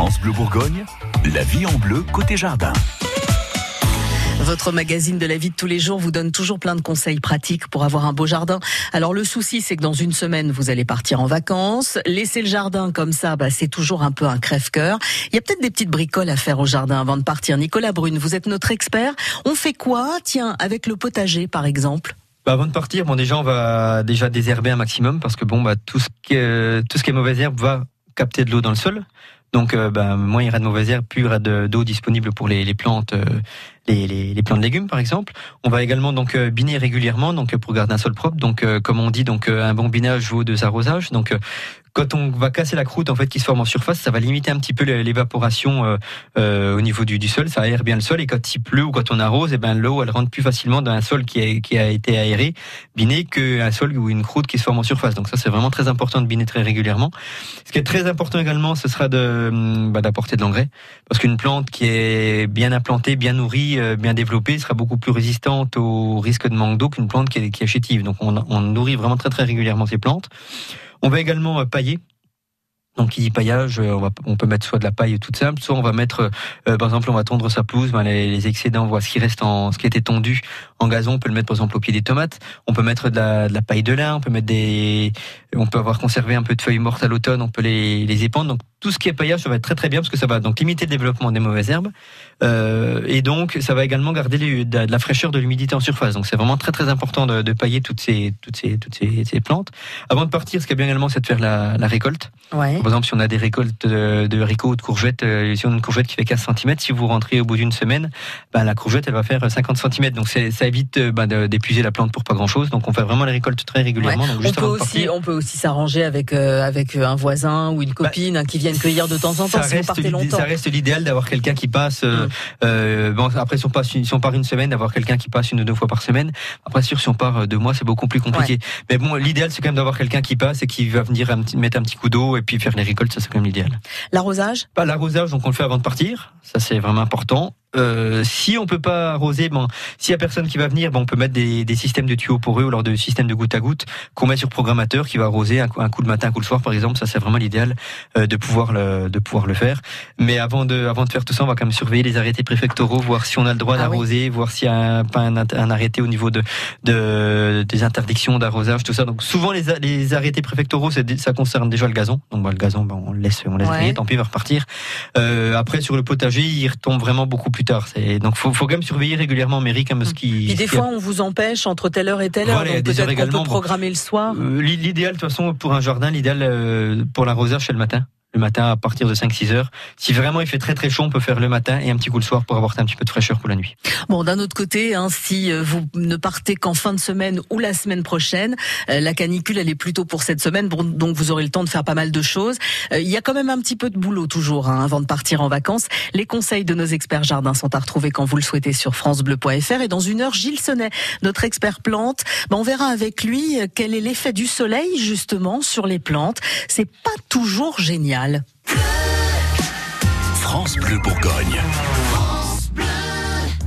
France Bleu Bourgogne, la vie en bleu côté jardin. Votre magazine de la vie de tous les jours vous donne toujours plein de conseils pratiques pour avoir un beau jardin. Alors le souci, c'est que dans une semaine, vous allez partir en vacances. Laisser le jardin comme ça, c'est toujours un peu un crève-cœur. Il y a peut-être des petites bricoles à faire au jardin avant de partir. Nicolas Brune, vous êtes notre expert. On fait quoi, tiens, avec le potager par exemple ? Avant de partir, déjà on va déjà désherber un maximum parce que tout ce qui est mauvaise herbe va capter de l'eau dans le sol. Donc moins il y aura de mauvaise herbe, plus il y aura d'eau disponible pour les plantes. Les plants de légumes par exemple. On va également biner régulièrement pour garder un sol propre. Comme on dit, un bon binage vaut 2 arrosages. Quand on va casser la croûte qui se forme en surface, ça va limiter un petit peu l'évaporation au niveau du sol. Ça aère bien le sol et quand il pleut ou quand on arrose, l'eau elle rentre plus facilement dans un sol qui a été aéré, biné, qu'un sol ou une croûte qui se forme en surface. Donc ça c'est vraiment très important de biner très régulièrement. Ce qui est très important également, ce sera d'apporter de l'engrais parce qu'une plante qui est bien implantée, bien nourrie, bien développée sera beaucoup plus résistante au risque de manque d'eau qu'une plante qui est chétive. Donc on nourrit vraiment très très régulièrement ces plantes. On va également pailler. Donc, qui dit paillage, on peut mettre soit de la paille toute simple, soit on va mettre, par exemple, on va tondre sa pelouse, les excédents, ce qui reste ce qui était tondu en gazon, on peut le mettre par exemple au pied des tomates. On peut mettre de la paille de lin, on peut avoir conservé un peu de feuilles mortes à l'automne, on peut les épandre. Donc, tout ce qui est paillage, ça va être très très bien parce que ça va limiter le développement des mauvaises herbes et donc ça va également garder de la fraîcheur, de l'humidité en surface. Donc, c'est vraiment très très important de pailler toutes ces plantes. Avant de partir, ce qui est bien également, c'est de faire la récolte. Ouais. Par exemple, si on a des récoltes de haricots ou de courgettes, si on a une courgette qui fait 15 cm, si vous rentrez au bout d'une semaine, la courgette, elle va faire 50 cm. Donc, ça évite d'épuiser la plante pour pas grand-chose. Donc, on fait vraiment les récoltes très régulièrement. Ouais. Donc, on peut aussi s'arranger avec un voisin ou une copine qui viennent cueillir de temps en temps si vous partez longtemps. Ça reste l'idéal d'avoir quelqu'un qui passe. Après, si on part une semaine, d'avoir quelqu'un qui passe 1 ou 2 fois par semaine. Après, si on part 2 mois, c'est beaucoup plus compliqué. Ouais. Mais l'idéal, c'est quand même d'avoir quelqu'un qui passe et qui va venir mettre un petit coup d'eau et puis faire les récoltes. Ça, c'est quand même l'idéal. L'arrosage ? L'arrosage, donc on le fait avant de partir. Ça, c'est vraiment important. Si on peut pas arroser, s'il y a personne qui va venir, on peut mettre des systèmes de tuyaux poreux ou alors des systèmes de goutte à goutte qu'on met sur programmateur qui va arroser un coup le matin, un coup le soir par exemple. Ça c'est vraiment l'idéal de pouvoir le faire. Mais avant de faire tout ça, on va quand même surveiller les arrêtés préfectoraux, voir si on a le droit d'arroser, voir s'il y a un arrêté au niveau des interdictions d'arrosage, tout ça. Donc souvent les arrêtés préfectoraux, ça concerne déjà le gazon. Donc le gazon, on le laisse griller, tant pis, il va repartir. Après sur le potager, il retombe vraiment beaucoup plus tard. Donc faut quand même surveiller régulièrement en mairie comme ce qui. Puis des fois on vous empêche entre telle heure et telle heure. Donc peut-être qu'on peut programmer le soir. L'idéal de toute façon pour un jardin, pour l'arrosage c'est le matin. Le matin à partir de 5-6 heures. Si vraiment il fait très très chaud, on peut faire le matin et un petit coup le soir pour apporter un petit peu de fraîcheur pour la nuit. Bon, d'un autre côté, si vous ne partez qu'en fin de semaine ou la semaine prochaine, la canicule elle est plutôt pour cette semaine, donc vous aurez le temps de faire pas mal de choses. Il y a quand même un petit peu de boulot toujours avant de partir en vacances. Les conseils de nos experts jardins sont à retrouver quand vous le souhaitez sur francebleu.fr et dans 1 heure, Gilles Sonnet, notre expert plante, on verra avec lui quel est l'effet du soleil justement sur les plantes. C'est pas toujours génial. France Bleu Bourgogne.